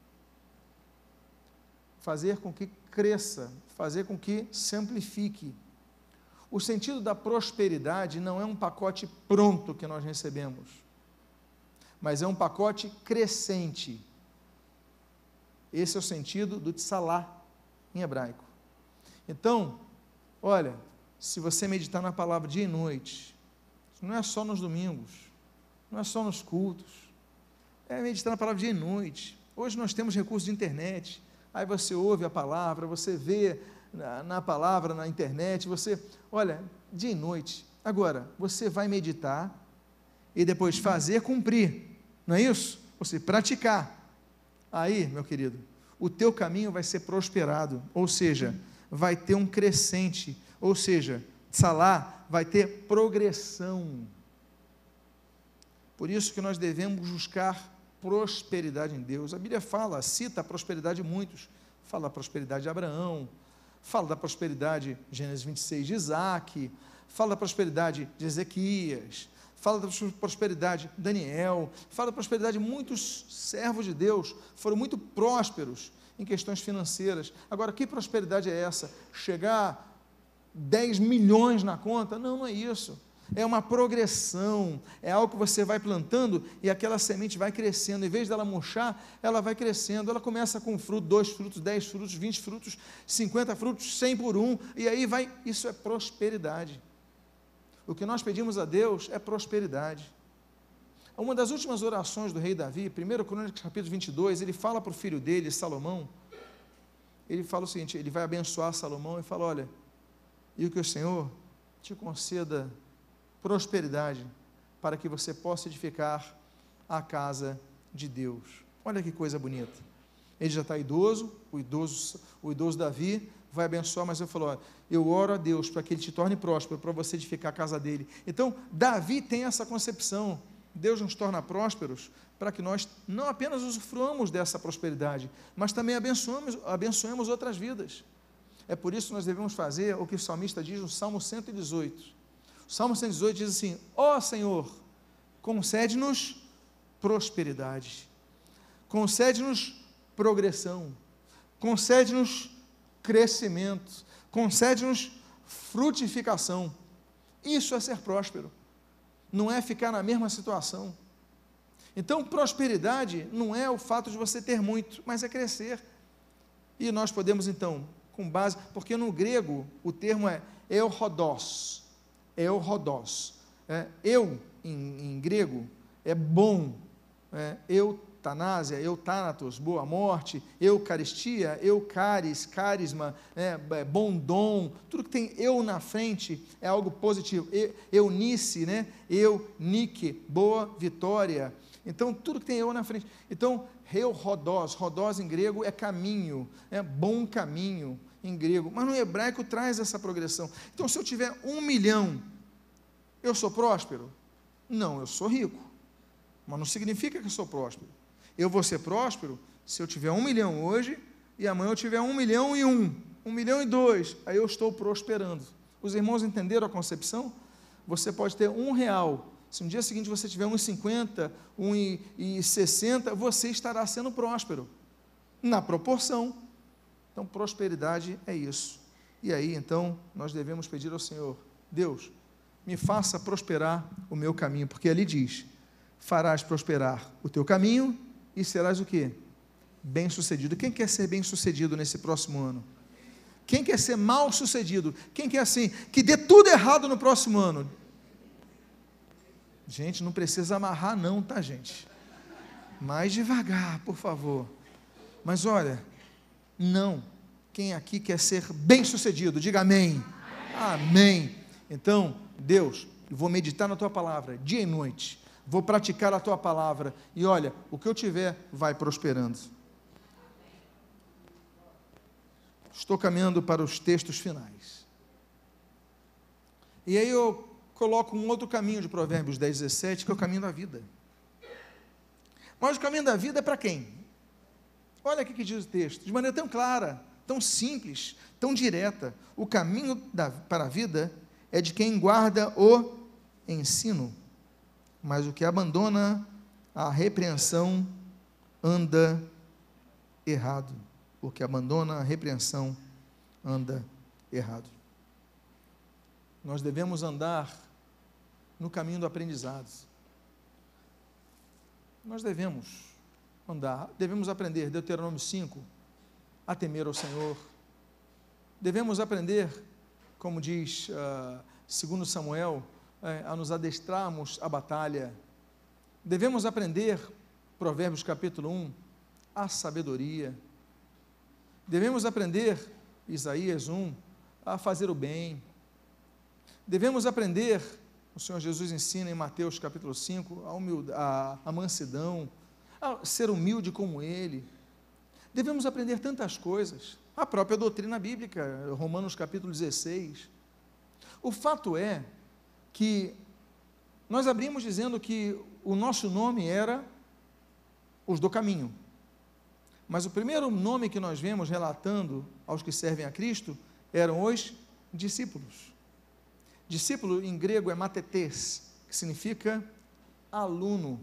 S1: Fazer com que cresça, fazer com que se amplifique. O sentido da prosperidade não é um pacote pronto que nós recebemos, mas é um pacote crescente. Esse é o sentido do tsalá em hebraico. Então, olha, se você meditar na palavra dia e noite, não é só nos domingos, não é só nos cultos, é meditar na palavra dia e noite. Hoje nós temos recursos de internet, aí você ouve a palavra, você vê na, na palavra, na internet, você, olha, dia e noite. Agora, você vai meditar e depois fazer cumprir, não é isso? Você praticar. Aí, meu querido, o teu caminho vai ser prosperado, ou seja, vai ter um crescente, ou seja, tsalá, vai ter progressão. Por isso que nós devemos buscar prosperidade em Deus. A Bíblia fala, cita a prosperidade de muitos, fala da prosperidade de Abraão, fala da prosperidade, Gênesis vinte e seis, de Isaac, fala da prosperidade de Ezequias, fala da prosperidade de Daniel, fala da prosperidade de muitos servos de Deus, foram muito prósperos em questões financeiras. Agora, que prosperidade é essa? Chegar dez milhões na conta? Não, não é isso. É uma progressão, é algo que você vai plantando e aquela semente vai crescendo, em vez dela murchar, ela vai crescendo, ela começa com um fruto, dois frutos, dez frutos, vinte frutos, cinquenta frutos, cem por um, e aí vai, isso é prosperidade. O que nós pedimos a Deus é prosperidade. Uma das últimas orações do rei Davi, primeiro Crônicas capítulo vinte e dois, ele fala para o filho dele, Salomão, ele fala o seguinte, ele vai abençoar Salomão e fala, olha, e o que o Senhor te conceda prosperidade, para que você possa edificar a casa de Deus. Olha que coisa bonita. Ele já está idoso, o idoso, o idoso Davi vai abençoar, mas eu falo, olha, eu oro a Deus para que ele te torne próspero, para você edificar a casa dele. Então, Davi tem essa concepção, Deus nos torna prósperos, para que nós não apenas usufruamos dessa prosperidade, mas também abençoamos, abençoemos outras vidas. É por isso que nós devemos fazer o que o salmista diz no Salmo cento e dezoito. O Salmo cento e dezoito diz assim, ó Senhor, concede-nos prosperidade, concede-nos progressão, concede-nos crescimento, concede-nos frutificação. Isso é ser próspero, não é ficar na mesma situação. Então, prosperidade não é o fato de você ter muito, mas é crescer. E nós podemos então, com base, porque no grego o termo é eurodós, eurodós, é, eu em, em grego é bom, é, eutanásia, eutanatos, boa morte, eucaristia, eucaris, carisma, é, bom dom, tudo que tem eu na frente é algo positivo, eu, eunice, né, eunique, boa vitória. Então, tudo que tem eu na frente. Então, eu rodós, rodós em grego é caminho, é bom caminho em grego, mas no hebraico traz essa progressão. Então, se eu tiver um milhão, eu sou próspero? Não, eu sou rico, mas não significa que eu sou próspero. Eu vou ser próspero se eu tiver um milhão hoje e amanhã eu tiver um milhão e um, um milhão e dois, aí eu estou prosperando. Os irmãos entenderam a concepção? Você pode ter um real, se no dia seguinte você tiver um e cinquenta, um e sessenta, você estará sendo próspero, na proporção. Então, prosperidade é isso. E aí, então, nós devemos pedir ao Senhor, Deus, me faça prosperar o meu caminho, porque ali diz, farás prosperar o teu caminho e serás o quê? Bem-sucedido. Quem quer ser bem-sucedido nesse próximo ano? Quem quer ser mal-sucedido? Quem quer assim, que dê tudo errado no próximo ano? Gente, não precisa amarrar não, tá, gente? Mais devagar, por favor. Mas olha, não. Quem aqui quer ser bem-sucedido? Diga amém. Amém. Amém. Então, Deus, eu vou meditar na tua palavra, dia e noite. Vou praticar a tua palavra. E olha, o que eu tiver vai prosperando. Estou caminhando para os textos finais. E aí eu coloco um outro caminho de Provérbios dez, dezessete, que é o caminho da vida. Mas o caminho da vida é para quem? Olha aqui que diz o texto, de maneira tão clara, tão simples, tão direta. O caminho da, para a vida é de quem guarda o ensino, mas o que abandona a repreensão anda errado. O que abandona a repreensão anda errado. Nós devemos andar no caminho do aprendizado. Nós devemos andar, devemos aprender, Deuteronômio cinco, a temer ao Senhor. Devemos aprender, como diz uh, segundo Samuel, uh, a nos adestrarmos à batalha. Devemos aprender, Provérbios capítulo um, a sabedoria. Devemos aprender, Isaías um, a fazer o bem. Devemos aprender, o Senhor Jesus ensina em Mateus capítulo cinco, a, humildade, a, a mansidão, a ser humilde como Ele. Devemos aprender tantas coisas, a própria doutrina bíblica, Romanos capítulo dezesseis. O fato é que nós abrimos dizendo que o nosso nome era os do caminho, mas o primeiro nome que nós vemos relatando aos que servem a Cristo eram os discípulos. Discípulo em grego é matetes, que significa aluno.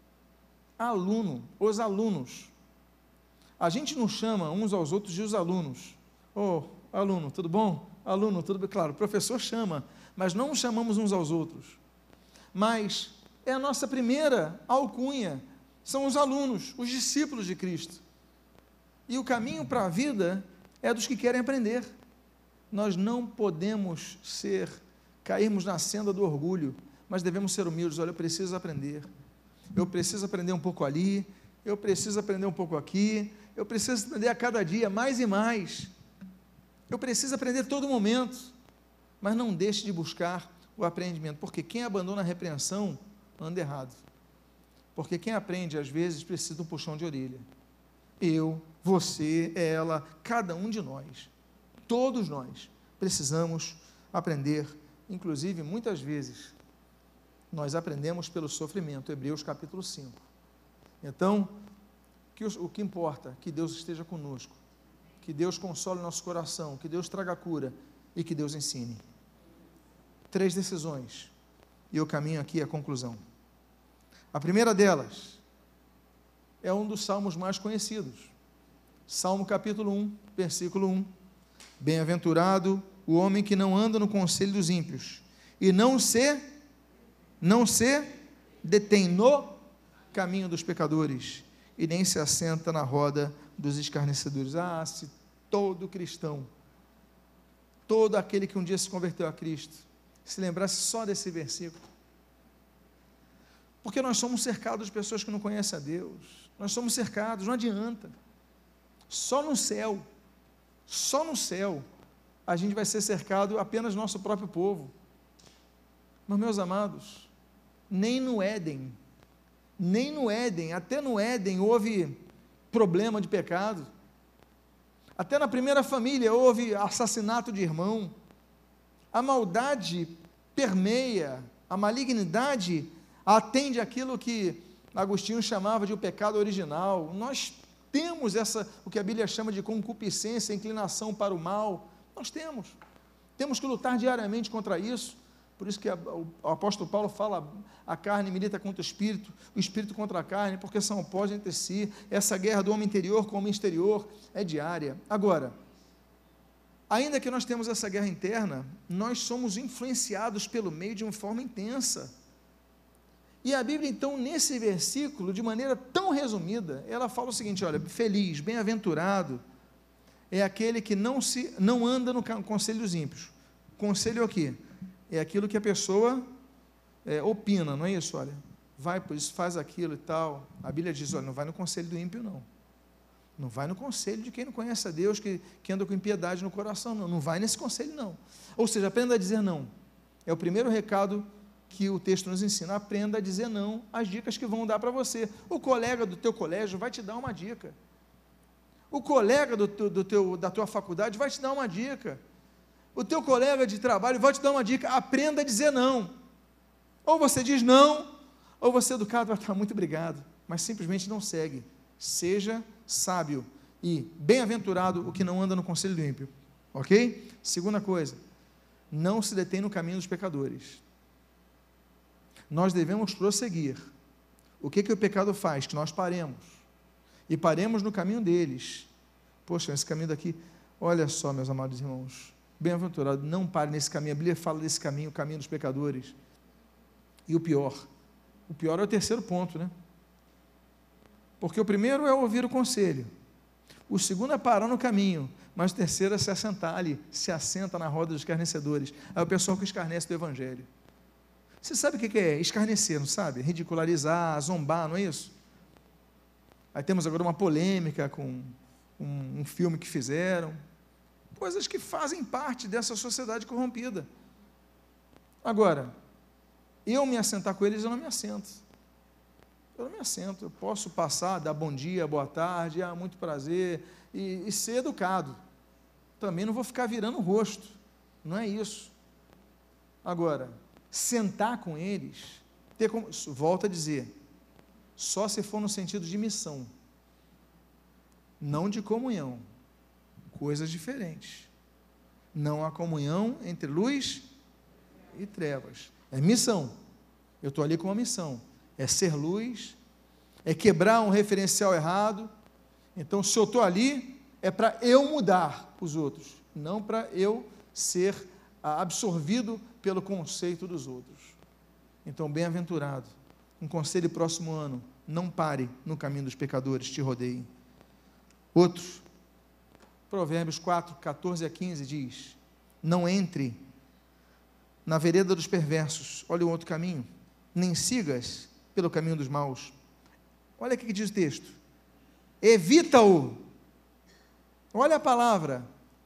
S1: Aluno, os alunos. A gente não chama uns aos outros de os alunos. Oh, aluno, tudo bom? Aluno, tudo bem? Claro, o professor chama, mas não chamamos uns aos outros. Mas é a nossa primeira alcunha, são os alunos, os discípulos de Cristo. E o caminho para a vida é dos que querem aprender. Nós não podemos ser, cairmos na senda do orgulho, mas devemos ser humildes. Olha, eu preciso aprender. Eu preciso aprender um pouco ali, eu preciso aprender um pouco aqui, eu preciso aprender a cada dia, mais e mais. Eu preciso aprender todo momento, mas não deixe de buscar o aprendimento, porque quem abandona a repreensão anda errado. Porque quem aprende, às vezes, precisa de um puxão de orelha. Eu, você, ela, cada um de nós, todos nós, precisamos aprender, inclusive, muitas vezes, nós aprendemos pelo sofrimento, Hebreus capítulo cinco. Então, que o, o que importa, que Deus esteja conosco, que Deus console nosso coração, que Deus traga cura e que Deus ensine. Três decisões, e eu caminho aqui à conclusão. A primeira delas é um dos salmos mais conhecidos, Salmo capítulo um, versículo um. Bem-aventurado o homem que não anda no conselho dos ímpios, e não se, não se detém no caminho dos pecadores, e nem se assenta na roda dos escarnecedores. Ah, se todo cristão, todo aquele que um dia se converteu a Cristo, se lembrasse só desse versículo, porque nós somos cercados de pessoas que não conhecem a Deus, nós somos cercados, não adianta, só no céu, só no céu, a gente vai ser cercado apenas nosso próprio povo. Mas, meus amados, nem no Éden, nem no Éden, até no Éden houve problema de pecado, até na primeira família houve assassinato de irmão, a maldade permeia, a malignidade atende aquilo que Agostinho chamava de o pecado original. Nós temos essa, o que a Bíblia chama de concupiscência, inclinação para o mal, nós temos, temos que lutar diariamente contra isso. Por isso que a, o, o apóstolo Paulo fala, a carne milita contra o espírito, o espírito contra a carne, porque são opostos entre si. Essa guerra do homem interior com o homem exterior é diária. Agora, ainda que nós temos essa guerra interna, nós somos influenciados pelo meio de uma forma intensa. E a Bíblia, então, nesse versículo, de maneira tão resumida, ela fala o seguinte, olha, feliz, bem-aventurado, é aquele que não, se, não anda no conselho dos ímpios. Conselho é o quê? É aquilo que a pessoa é, opina, não é isso? Olha, vai por isso, faz aquilo e tal. A Bíblia diz, olha, não vai no conselho do ímpio, não. Não vai no conselho de quem não conhece a Deus, que, que anda com impiedade no coração, não. Não vai nesse conselho, não. Ou seja, aprenda a dizer não. É o primeiro recado que o texto nos ensina. Aprenda a dizer não às dicas que vão dar para você. O colega do teu colégio vai te dar uma dica. O colega do, do teu, da tua faculdade vai te dar uma dica. O teu colega de trabalho vai te dar uma dica. Aprenda a dizer não. Ou você diz não, ou você educado vai estar muito obrigado, mas simplesmente não segue. Seja sábio e bem-aventurado o que não anda no conselho do ímpio. Ok? Segunda coisa, não se detém no caminho dos pecadores. Nós devemos prosseguir. O que que o pecado faz? Que nós paremos. E paremos no caminho deles. Poxa, esse caminho daqui, olha só, meus amados irmãos, bem-aventurado, não pare nesse caminho. A Bíblia fala desse caminho, o caminho dos pecadores. E o pior, o pior é o terceiro ponto, né? Porque o primeiro é ouvir o conselho. O segundo é parar no caminho. Mas o terceiro é se assentar ali, se assenta na roda dos escarnecedores. É o pessoal que escarnece do Evangelho. Você sabe o que é escarnecer, não sabe? Ridicularizar, zombar, não é isso? Aí temos agora uma polêmica com um, um filme que fizeram. Coisas que fazem parte dessa sociedade corrompida. Agora, eu me assentar com eles, eu não me assento. Eu não me assento. Eu posso passar, dar bom dia, boa tarde, ah, muito prazer, e, e ser educado. Também não vou ficar virando o rosto. Não é isso. Agora, sentar com eles, ter como, volto a dizer, só se for no sentido de missão, não de comunhão, coisas diferentes. Não há comunhão entre luz e trevas, é missão. Eu estou ali com uma missão, é ser luz, é quebrar um referencial errado. Então, se eu estou ali, é para eu mudar os outros, não para eu ser absorvido pelo conceito dos outros. Então, bem-aventurado, um conselho próximo ano, não pare no caminho dos pecadores, te rodeiem. Outro, Provérbios quatro, catorze a quinze diz, não entre na vereda dos perversos, olha o outro caminho, nem sigas pelo caminho dos maus. Olha o que diz o texto, evita-o, olha a palavra,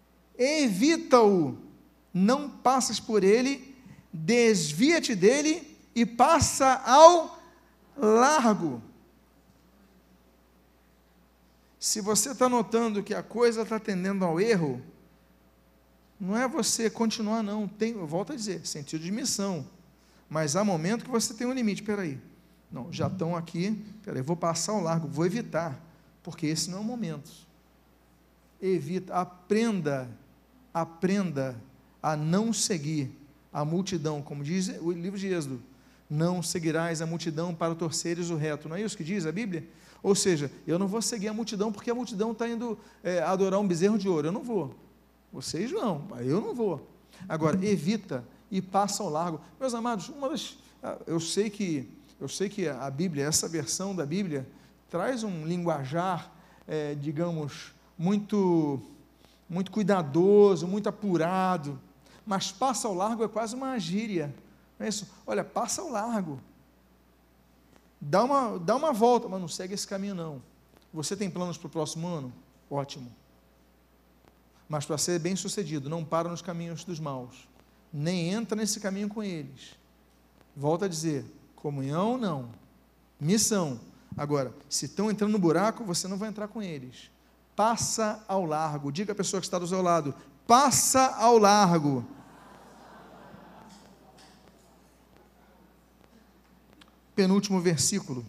S1: evita-o, não passas por ele, desvia-te dele e passa ao largo. Se você está notando que a coisa está tendendo ao erro, não é você continuar não, tem, eu volto a dizer, sentido de missão, mas há momento que você tem um limite, espera aí, não, já estão aqui, espera aí, vou passar ao largo, vou evitar, porque esse não é o momento. Evita, aprenda, aprenda a não seguir a multidão, como diz o livro de Êxodo, não seguirás a multidão para torceres o reto, não é isso que diz a Bíblia? Ou seja, eu não vou seguir a multidão, porque a multidão está indo é, adorar um bezerro de ouro, eu não vou, vocês não, eu não vou. Agora, evita e passa ao largo. Meus amados, uma das, eu sei que, eu sei que a Bíblia, essa versão da Bíblia, traz um linguajar, é, digamos, muito, muito cuidadoso, muito apurado, mas passa ao largo é quase uma gíria, não é isso? Olha, passa ao largo, dá uma, dá uma volta, mas não segue esse caminho não. Você tem planos para o próximo ano? Ótimo. Mas para ser bem sucedido, não para nos caminhos dos maus, nem entra nesse caminho com eles. Volto a dizer, comunhão não, missão. Agora, se estão entrando no buraco, você não vai entrar com eles. Passa ao largo, diga à pessoa que está do seu lado, passa ao largo. Penúltimo versículo,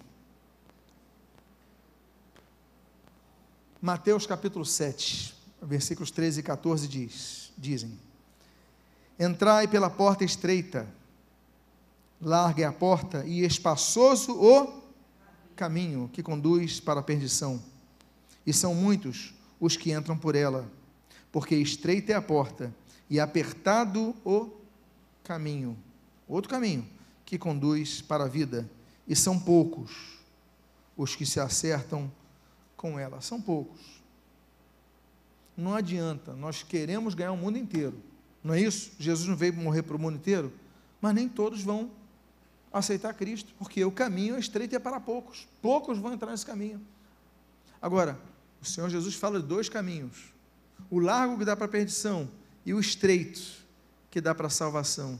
S1: Mateus capítulo sete, versículos treze e catorze diz, dizem, entrai pela porta estreita, larga é a porta e espaçoso o caminho que conduz para a perdição, e são muitos os que entram por ela, porque estreita é a porta e apertado o caminho, outro caminho, que conduz para a vida, e são poucos os que se acertam com ela, são poucos. Não adianta, nós queremos ganhar o mundo inteiro, não é isso? Jesus não veio morrer para o mundo inteiro, mas nem todos vão aceitar Cristo, porque o caminho é estreito e é para poucos, poucos vão entrar nesse caminho. Agora, o Senhor Jesus fala de dois caminhos, o largo que dá para a perdição, e o estreito que dá para a salvação.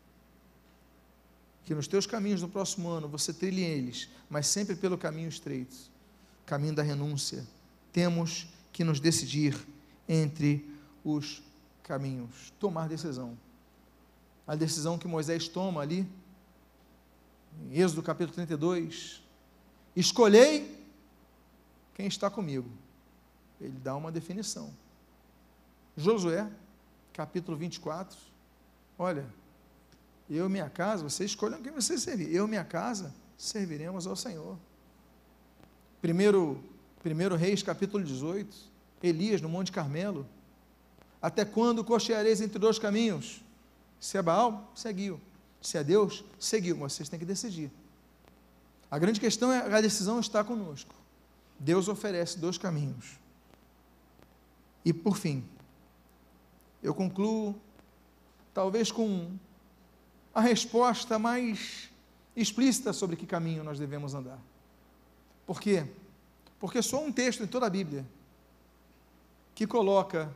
S1: Que nos teus caminhos no próximo ano, você trilhe eles, mas sempre pelo caminho estreito, caminho da renúncia. Temos que nos decidir entre os caminhos, tomar decisão. A decisão que Moisés toma ali, em Êxodo capítulo trinta e dois, escolhei quem está comigo. Ele dá uma definição. Josué, capítulo vinte e quatro, olha, eu e minha casa, vocês escolham quem você servir, eu e minha casa, serviremos ao Senhor. Primeiro, primeiro Reis, capítulo dezoito, Elias no Monte Carmelo, até quando cocheareis entre dois caminhos? Se é Baal, seguiu, se é Deus, seguiu, vocês têm que decidir. A grande questão é, a decisão está conosco. Deus oferece dois caminhos. E por fim, eu concluo, talvez com a resposta mais explícita sobre que caminho nós devemos andar. Por quê? Porque só um texto em toda a Bíblia que coloca,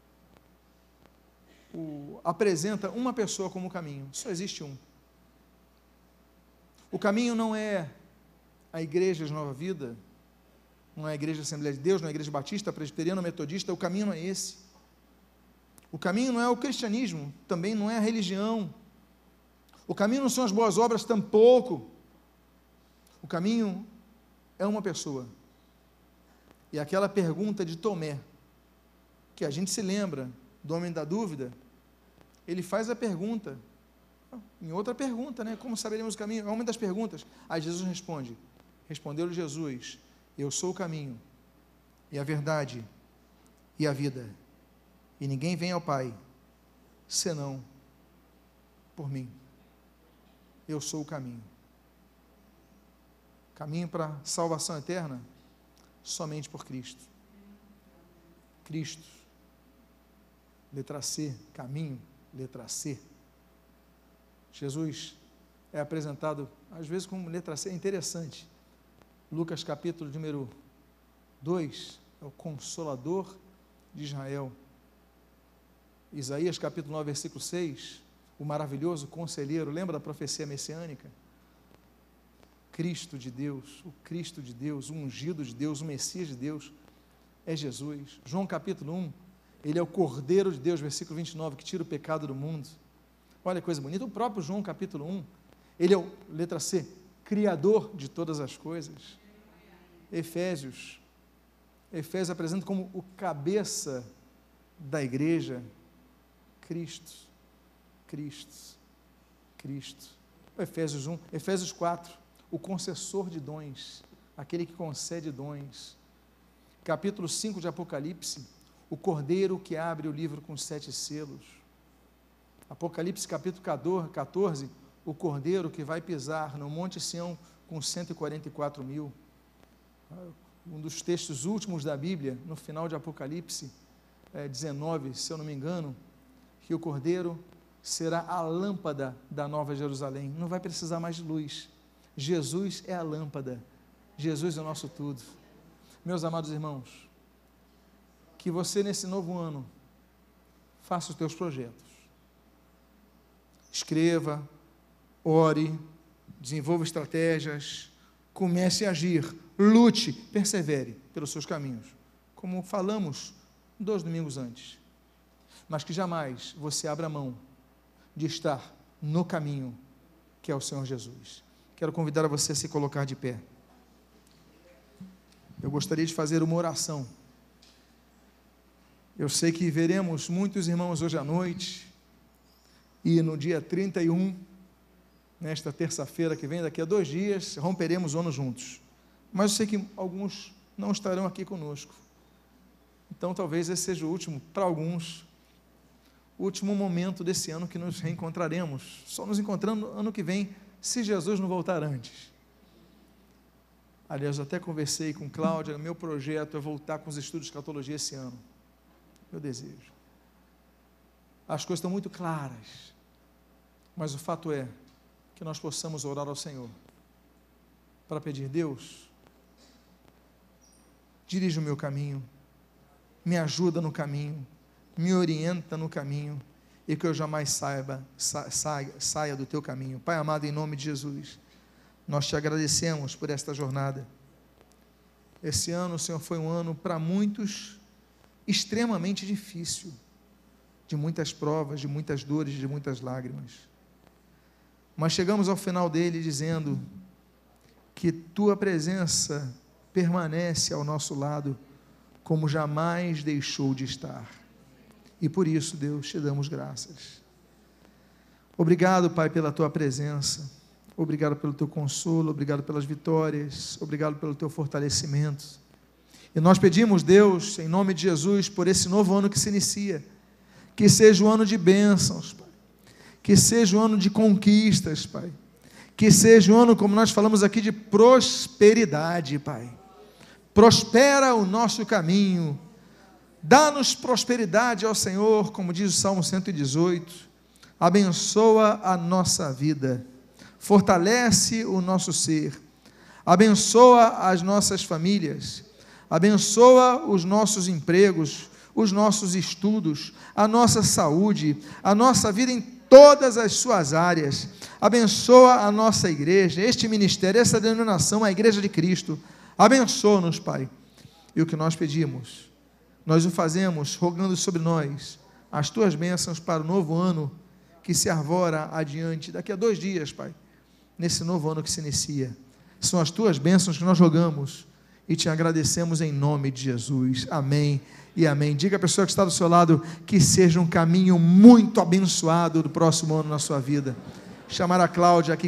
S1: o, apresenta uma pessoa como caminho. Só existe um. O caminho não é a Igreja de Nova Vida, não é a Igreja Assembleia de Deus, não é a Igreja Batista, Presbiteriana, Metodista, o caminho não é esse. O caminho não é o cristianismo, também não é a religião. O caminho não são as boas obras, tampouco. O caminho é uma pessoa. E aquela pergunta de Tomé, que a gente se lembra do homem da dúvida, ele faz a pergunta, em outra pergunta, né? Como saberemos o caminho? É uma das perguntas. Aí Jesus responde, respondeu-lhe Jesus, eu sou o caminho, e a verdade, e a vida, e ninguém vem ao Pai, senão por mim. Eu sou o caminho. Caminho para a salvação eterna, somente por Cristo. Cristo. Letra C, caminho, letra C. Jesus é apresentado, às vezes, como letra C, é interessante. Lucas capítulo número dois, é o Consolador de Israel. Isaías capítulo nove, versículo seis, o maravilhoso conselheiro, lembra da profecia messiânica? Cristo de Deus, o Cristo de Deus, o ungido de Deus, o Messias de Deus, é Jesus. João capítulo um, ele é o Cordeiro de Deus, versículo vinte e nove, que tira o pecado do mundo. Olha que coisa bonita, o próprio João capítulo um, ele é o, letra C, Criador de todas as coisas. Efésios, Efésios apresenta como o cabeça da igreja, Cristo, Cristo, Cristo. Efésios um, Efésios quatro, o concessor de dons, aquele que concede dons. Capítulo cinco de Apocalipse, o cordeiro que abre o livro com sete selos. Apocalipse capítulo catorze, o cordeiro que vai pisar no Monte Sião com cento e quarenta e quatro mil. Um dos textos últimos da Bíblia, no final de Apocalipse é, dezenove, se eu não me engano, que o cordeiro será a lâmpada da Nova Jerusalém, não vai precisar mais de luz. Jesus é a lâmpada, Jesus é o nosso tudo. Meus amados irmãos, que você nesse novo ano faça os teus projetos, escreva, ore, desenvolva estratégias, comece a agir, lute, persevere pelos seus caminhos, como falamos dois domingos antes, mas que jamais você abra mão de estar no caminho que é o Senhor Jesus. Quero convidar a você a se colocar de pé. Eu gostaria de fazer uma oração. Eu sei que veremos muitos irmãos hoje à noite, e no dia trinta e um, nesta terça-feira que vem, daqui a dois dias, romperemos o ano juntos. Mas eu sei que alguns não estarão aqui conosco. Então talvez esse seja o último, para alguns, o último momento desse ano que nos reencontraremos. Só nos encontrando ano que vem, se Jesus não voltar antes. Aliás, eu até conversei com Cláudia, meu projeto é voltar com os estudos de escatologia esse ano. Meu desejo. As coisas estão muito claras, mas o fato é que nós possamos orar ao Senhor para pedir: Deus, dirige o meu caminho, me ajuda no caminho, me orienta no caminho, e que eu jamais saiba, sa, saia, saia do teu caminho. Pai amado, em nome de Jesus, nós te agradecemos por esta jornada. Esse ano, Senhor, foi um ano para muitos extremamente difícil, de muitas provas, de muitas dores, de muitas lágrimas. Mas chegamos ao final dele dizendo que tua presença permanece ao nosso lado como jamais deixou de estar. E por isso, Deus, te damos graças. Obrigado, Pai, pela tua presença. Obrigado pelo teu consolo, obrigado pelas vitórias, obrigado pelo teu fortalecimento. E nós pedimos, Deus, em nome de Jesus, por esse novo ano que se inicia, que seja o ano de bênçãos, Pai, que seja o ano de conquistas, Pai, que seja o ano, como nós falamos aqui, de prosperidade, Pai. Prospera o nosso caminho, dá-nos prosperidade ao Senhor, como diz o Salmo cento e dezoito, abençoa a nossa vida, fortalece o nosso ser, abençoa as nossas famílias, abençoa os nossos empregos, os nossos estudos, a nossa saúde, a nossa vida em todas as suas áreas, abençoa a nossa igreja, este ministério, essa denominação, a Igreja de Cristo, abençoa-nos, Pai, e o que nós pedimos, nós o fazemos rogando sobre nós as tuas bênçãos para o novo ano que se arvora adiante, daqui a dois dias, Pai, nesse novo ano que se inicia. São as tuas bênçãos que nós rogamos e te agradecemos em nome de Jesus. Amém e amém. Diga à pessoa que está do seu lado que seja um caminho muito abençoado do próximo ano na sua vida. Chamar a Cláudia aqui.